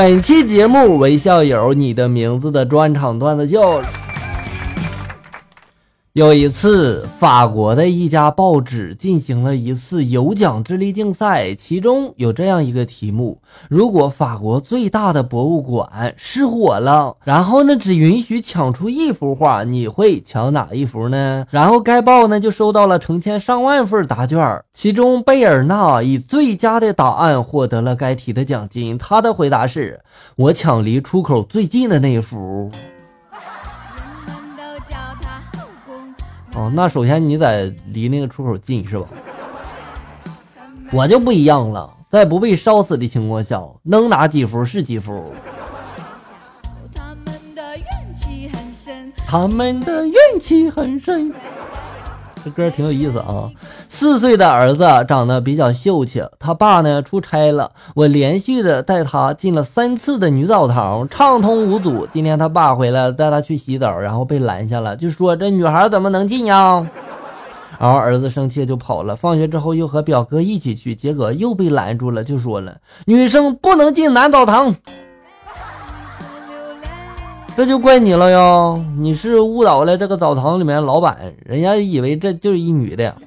本期节目为校友你的名字的专场段子秀。有一次，法国的一家报纸进行了一次有奖智力竞赛，其中有这样一个题目：如果法国最大的博物馆失火了，然后呢只允许抢出一幅画，你会抢哪一幅呢？然后该报呢就收到了成千上万份答卷，其中贝尔纳以最佳的答案获得了该题的奖金。他的回答是：我抢离出口最近的那一幅。那首先你得离那个出口近是吧？我就不一样了，在不被烧死的情况下，能拿几幅是几幅。他们的怨气很深。这歌挺有意思啊。4岁的儿子长得比较秀气，他爸呢出差了，我连续的带他进了3次的女澡堂，畅通无阻。今天他爸回来带他去洗澡，然后被拦下了，就说这女孩怎么能进呀？然后儿子生气就跑了，放学之后又和表哥一起去，结果又被拦住了，就说了女生不能进男澡堂。这就怪你了哟，你是误导了这个澡堂里面老板，人家以为这就是一女的。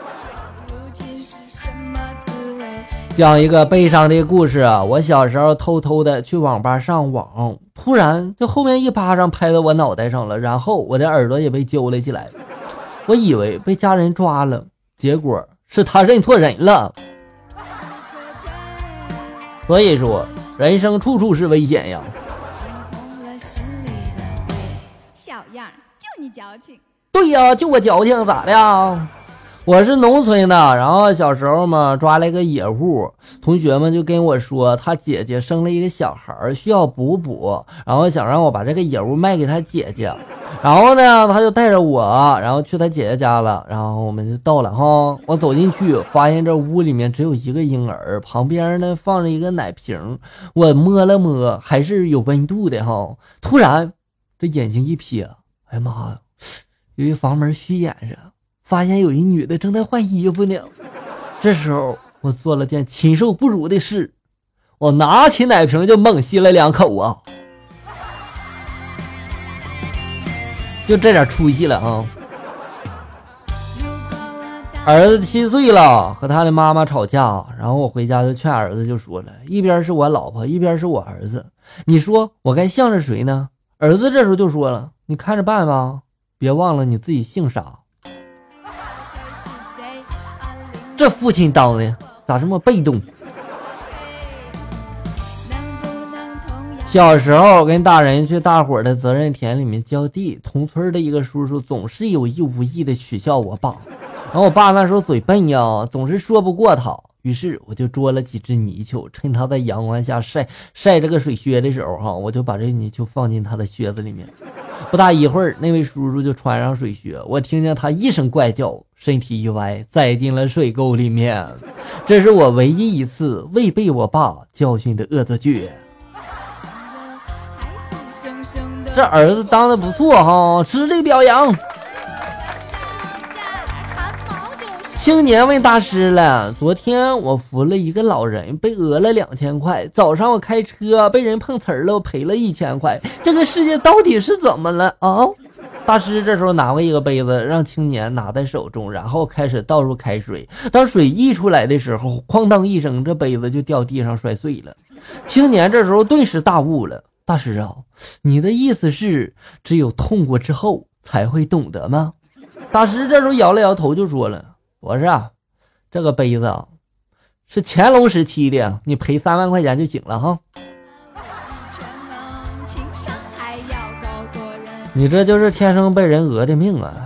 讲一个悲伤的故事啊，我小时候偷偷的去网吧上网，突然就后面一巴掌拍到我脑袋上了，然后我的耳朵也被揪了起来，我以为被家人抓了，结果是他认错人了。所以说人生处处是危险呀。 小样，就你矫情。 对呀，就我矫情咋的呀？我是农村的，然后小时候嘛抓了一个野物，同学们就跟我说他姐姐生了一个小孩需要补，然后想让我把这个野物卖给他姐姐。然后呢他就带着我然后去他姐姐家了，然后我们就到了哈。我走进去发现这屋里面只有一个婴儿，旁边呢放着一个奶瓶，我摸了摸还是有温度的哈。突然这眼睛一瞥，哎呀妈呀，由于房门虚掩着，发现有一女的正在换衣服呢。这时候我做了件禽兽不如的事，我拿起奶瓶就猛吸了2口啊！就这点出息了啊！儿子7岁了，和他的妈妈吵架，然后我回家就劝儿子，就说了，一边是我老婆，一边是我儿子，你说我该向着谁呢？儿子这时候就说了，你看着办吧，别忘了你自己姓啥。这父亲当的咋这么被动？小时候跟大人去大伙的责任田里面浇地，同村的一个叔叔总是有意无意的取笑我爸，然后我爸那时候嘴笨呀，总是说不过他，于是我就捉了几只泥鳅，趁他在阳光下晒这个水靴的时候哈，我就把这泥鳅放进他的靴子里面。不大一会儿，那位叔叔就穿上水靴，我听见他一声怪叫，身体一歪，栽进了水沟里面。这是我唯一一次未被我爸教训的恶作剧。这儿子当的不错哈，值得表扬。青年问大师了，昨天我扶了一个老人，被讹了2000块，早上我开车被人碰瓷了，我赔了1000块，这个世界到底是怎么了啊？大师这时候拿过一个杯子，让青年拿在手中，然后开始倒入开水，当水溢出来的时候，哐当一声，这杯子就掉地上摔碎了。青年这时候顿时大悟了，大师啊，你的意思是只有痛过之后才会懂得吗？大师这时候摇了摇头就说了，不是啊，这个杯子啊是乾隆时期的，你赔3万块钱就行了哈。你这就是天生被人讹的命啊。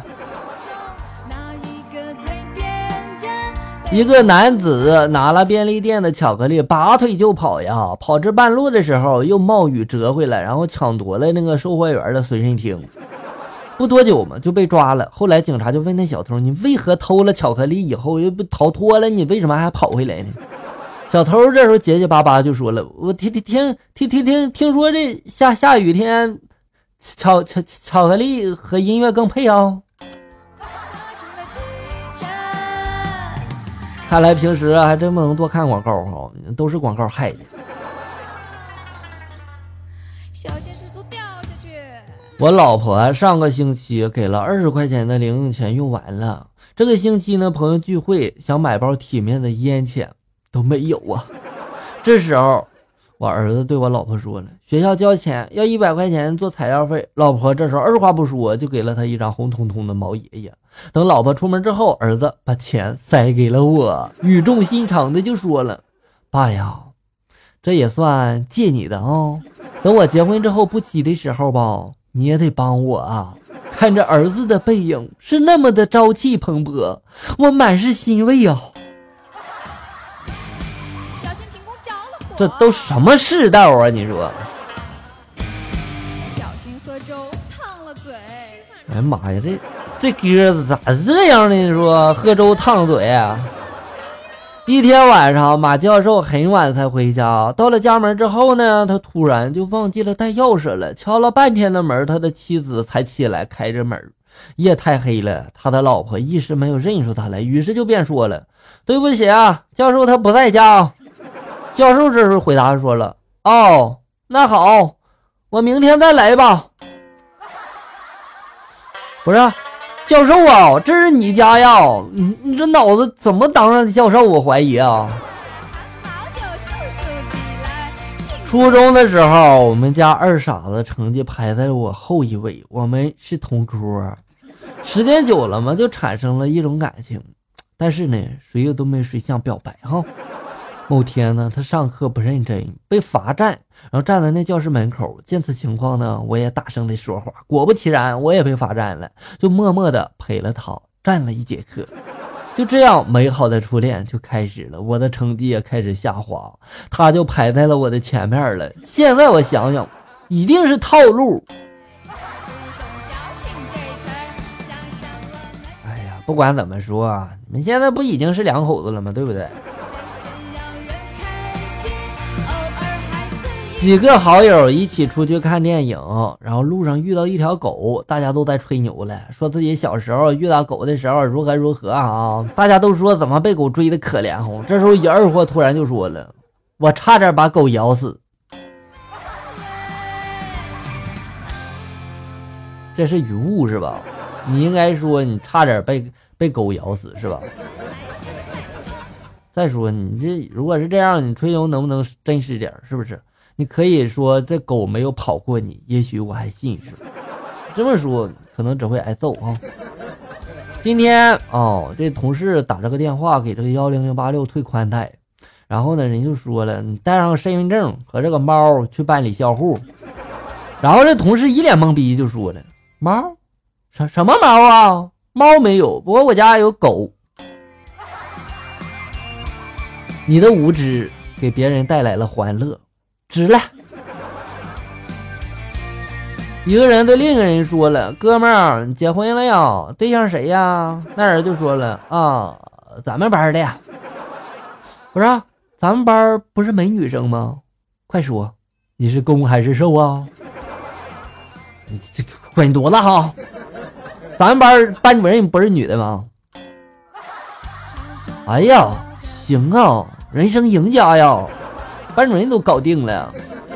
一个男子拿了便利店的巧克力，拔腿就跑呀，跑至半路的时候又冒雨折回来，然后抢夺了那个售货员的随身听。不多久嘛就被抓了，后来警察就问那小偷，你为何偷了巧克力以后又不逃脱了，你为什么还跑回来呢？小偷这时候结结巴巴就说了，我听说这下雨天巧克力和音乐更配啊。看来平时还真不能多看广告哈，都是广告害的。 小心失足掉下去。 我老婆上个星期给了20块钱的零用钱用完了，这个星期呢朋友聚会想买包体面的烟钱都没有啊。这时候我儿子对我老婆说了，学校交钱要100块钱做材料费。老婆这时候二话不说就给了他一张红彤彤的毛爷爷。等老婆出门之后，儿子把钱塞给了我，语重心长的就说了，爸呀，这也算借你的哦，等我结婚之后不急的时候吧，你也得帮我啊。看着儿子的背影是那么的朝气蓬勃，我满是欣慰啊。这都什么世道啊，你说。 小心喝粥烫了嘴。 哎呀妈呀，这歌子咋这样呢？你说喝粥烫嘴啊。一天晚上马教授很晚才回家，到了家门之后呢，他突然就忘记了带钥匙了，敲了半天的门，他的妻子才起来开着门。夜太黑了，他的老婆一时没有认出他来，于是就便说了，对不起啊，教授他不在家。教授这时候回答说了，哦，那好，我明天再来吧。不是教授啊，这是你家呀，你这脑子怎么当上的教授？我怀疑啊。初中的时候，我们家二傻子成绩排在我后一位，我们是同桌，时间久了嘛，就产生了一种感情，但是呢，谁也都没谁想表白哈。某天呢，他上课不认真，被罚站，然后站在那教室门口。见此情况呢，我也大声的说话，果不其然，我也被罚站了，就默默的陪了他站了一节课。就这样，美好的初恋就开始了，我的成绩也开始下滑，他就排在了我的前面了。现在我想想，一定是套路。哎呀，不管怎么说啊，你们现在不已经是两口子了吗？对不对？几个好友一起出去看电影，然后路上遇到一条狗，大家都在吹牛了，说自己小时候遇到狗的时候如何如何啊！大家都说怎么被狗追的可怜哦。这时候一二货突然就说了，我差点把狗咬死。这是语误是吧？你应该说你差点被狗咬死是吧？再说你这如果是这样，你吹牛能不能真实点，是不是？你可以说这狗没有跑过你，也许我还信是吧？这么说可能只会挨揍啊。今天这同事打这个电话给这个10086退宽带，然后呢人就说了，你带上身份证和这个猫去办理销户。然后这同事一脸懵逼就说了，猫？什么猫啊？猫没有，不过我家有狗。你的无知给别人带来了欢乐，值了。一个人对另一个人说了，哥们儿，你结婚了呀？对象谁呀？那人就说了，咱们班的呀。不是，咱们班不是没女生吗？快说，你是攻还是受啊？你这滚犊子哈！咱们班主任不是女的吗？哎呀，行啊，人生赢家呀，班主任都搞定了。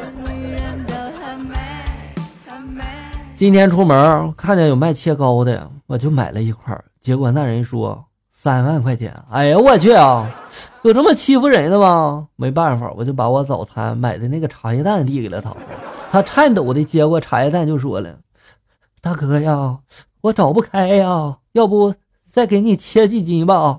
今天出门看见有卖切糕的，我就买了一块，结果那人说3万块钱。哎呀我去啊，有这么欺负人的吗？没办法，我就把我早餐买的那个茶叶蛋递给了他，他颤抖的接过茶叶蛋就说了，大哥呀，我找不开呀，要不再给你切几斤吧。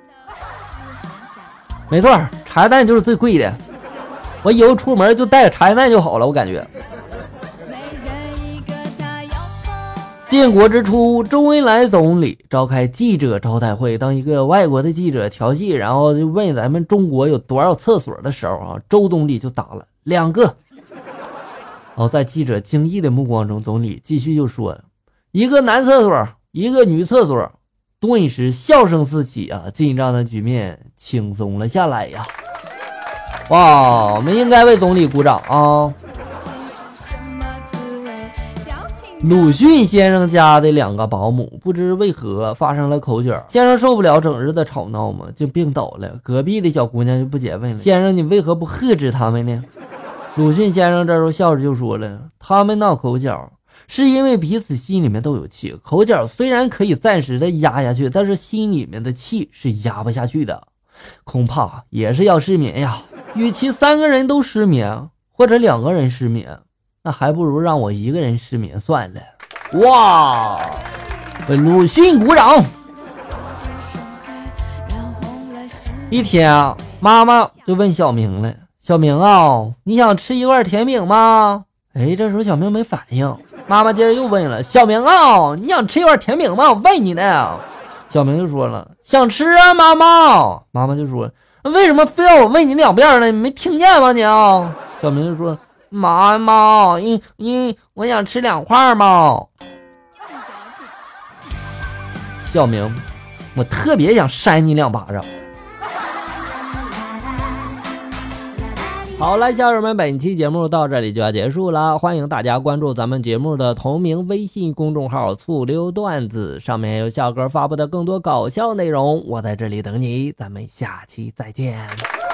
没错，茶叶蛋就是最贵的，我以后出门就带着茶叶蛋就好了，我感觉。建国之初，周恩来总理召开记者招待会，当一个外国的记者调戏，然后就问咱们中国有多少厕所的时候啊，周总理就答了2个。然后在记者惊异的目光中，总理继续就说1个男厕所，1个女厕所。顿时笑声四起啊，紧张的局面轻松了下来呀。哇，我们应该为总理鼓掌啊。鲁迅先生家的2个保姆不知为何发生了口角，先生受不了整日的吵闹嘛，就病倒了。隔壁的小姑娘就不解问了，先生你为何不呵止他们呢？ 鲁迅先生这时候笑着就说了，他们闹口角是因为彼此心里面都有气，口角虽然可以暂时的压下去，但是心里面的气是压不下去的，恐怕也是要失眠呀。与其3个人都失眠，或者2个人失眠，那还不如让我1个人失眠算了。哇，为鲁迅鼓掌。一天啊，妈妈就问小明了，小明啊，你想吃一块甜饼吗？哎，这时候小明没反应，妈妈接着又问了，小明啊，你想吃一块甜饼吗？我喂你呢。小明就说了，想吃啊妈妈。妈妈就说，为什么非要我喂你2遍呢？你没听见吗你啊？小明就说，妈妈，因为我想吃2块嘛。小明，我特别想扇你2巴掌。好了，小友们，本期节目到这里就要结束了，欢迎大家关注咱们节目的同名微信公众号醋溜段子，上面有小哥发布的更多搞笑内容，我在这里等你，咱们下期再见。